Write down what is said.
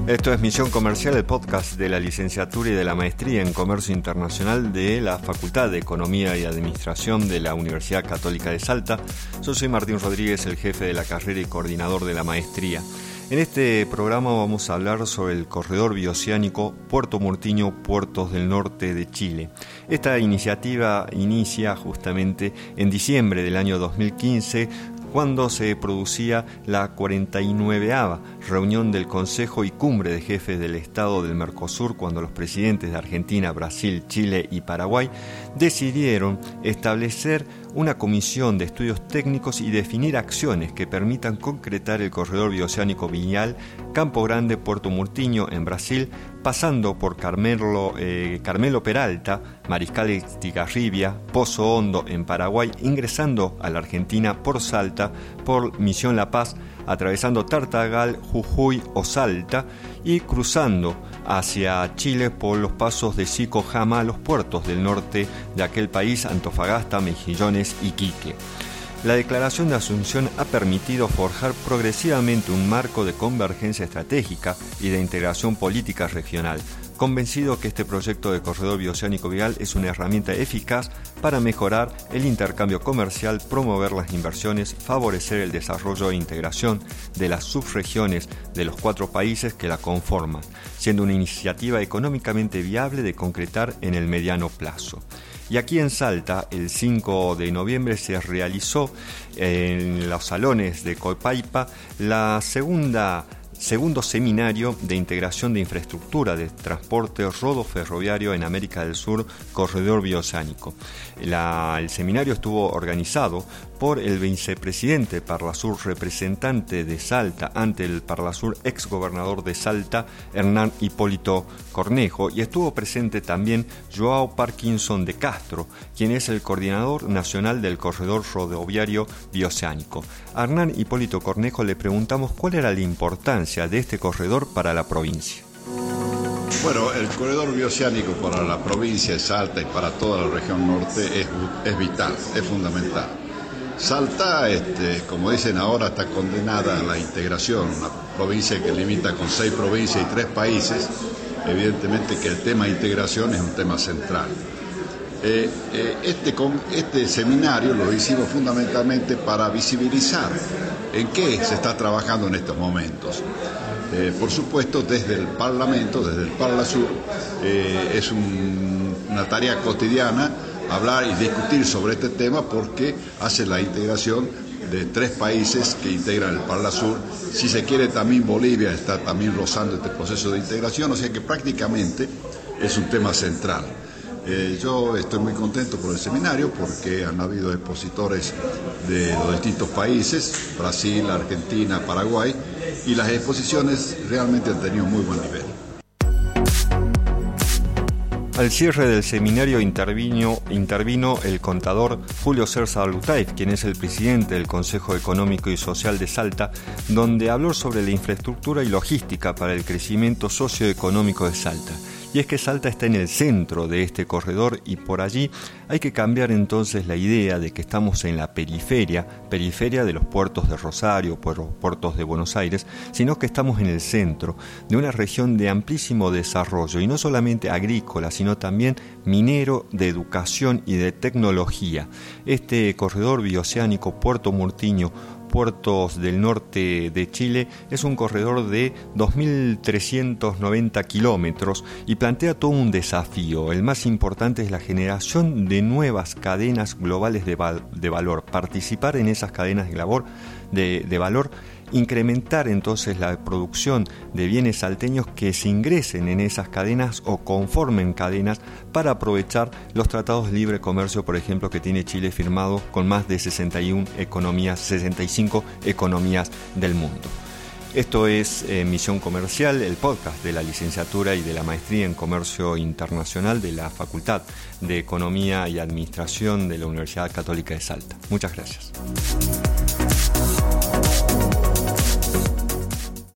Esto es Misión Comercial, el podcast de la licenciatura y de la maestría en Comercio Internacional de la Facultad de Economía y Administración de la Universidad Católica de Salta. Yo soy Martín Rodríguez, el jefe de la carrera y coordinador de la maestría. En este programa vamos a hablar sobre el corredor bioceánico Puerto Murtinho-Puertos del Norte de Chile. Esta iniciativa inicia justamente en diciembre del año 2015, cuando se producía la 49ª reunión del Consejo y Cumbre de Jefes del Estado del Mercosur, cuando los presidentes de Argentina, Brasil, Chile y Paraguay decidieron establecer una comisión de estudios técnicos y definir acciones que permitan concretar el corredor bioceánico vial Campo Grande, Puerto Murtinho en Brasil, pasando por Carmelo Peralta, Mariscal Estigarribia, Pozo Hondo en Paraguay, ingresando a la Argentina por Salta, por Misión La Paz, atravesando Tartagal, Jujuy o Salta y cruzando hacia Chile por los pasos de Sico, Jama, los puertos del norte de aquel país, Antofagasta, Mejillones y Quique. La declaración de Asunción ha permitido forjar progresivamente un marco de convergencia estratégica y de integración política regional, convencido que este proyecto de corredor bioceánico vial es una herramienta eficaz para mejorar el intercambio comercial, promover las inversiones, favorecer el desarrollo e integración de las subregiones de los 4 países que la conforman, siendo una iniciativa económicamente viable de concretar en el mediano plazo. Y aquí en Salta, el 5 de noviembre se realizó en los salones de Copaipa segundo seminario de integración de infraestructura de transporte rodoferroviario en América del Sur, corredor bioceánico. El seminario estuvo organizado por el vicepresidente Parlasur, representante de Salta ante el Parlasur, exgobernador de Salta, Hernán Hipólito Cornejo, y estuvo presente también Joao Parkinson de Castro, quien es el coordinador nacional del corredor rodoviario bioceánico. A Hernán Hipólito Cornejo le preguntamos cuál era la importancia de este corredor para la provincia. Bueno, el corredor bioceánico para la provincia de Salta y para toda la región norte es vital, es fundamental. Salta, como dicen ahora, está condenada a la integración, una provincia que limita con 6 provincias y 3 países. Evidentemente que el tema de integración es un tema central. Este seminario lo hicimos fundamentalmente para visibilizar en qué se está trabajando en estos momentos. Por supuesto, desde el Parlamento, desde el Parlasur, es una tarea cotidiana hablar y discutir sobre este tema porque hace la integración de 3 países que integran el Parlasur. Si se quiere, también Bolivia está también rozando este proceso de integración, o sea que prácticamente es un tema central. Yo estoy muy contento por el seminario porque han habido expositores de los distintos países, Brasil, Argentina, Paraguay, y las exposiciones realmente han tenido muy buen nivel. Al cierre del seminario intervino el contador Julio Cerza Lutaif, quien es el presidente del Consejo Económico y Social de Salta, donde habló sobre la infraestructura y logística para el crecimiento socioeconómico de Salta. Y es que Salta está en el centro de este corredor y por allí hay que cambiar entonces la idea de que estamos en la periferia de los puertos de Rosario, puertos de Buenos Aires, sino que estamos en el centro de una región de amplísimo desarrollo y no solamente agrícola, sino también minero, de educación y de tecnología. Este corredor bioceánico Puerto Murtinho, Puertos del Norte de Chile, es un corredor de 2.390 kilómetros y plantea todo un desafío. El más importante es la generación de nuevas cadenas globales de valor, participar en esas cadenas de valor, incrementar entonces la producción de bienes salteños que se ingresen en esas cadenas o conformen cadenas para aprovechar los tratados de libre comercio, por ejemplo, que tiene Chile firmado con más de 65 economías del mundo. Esto es Misión Comercial, el podcast de la licenciatura y de la maestría en Comercio Internacional de la Facultad de Economía y Administración de la Universidad Católica de Salta. Muchas gracias.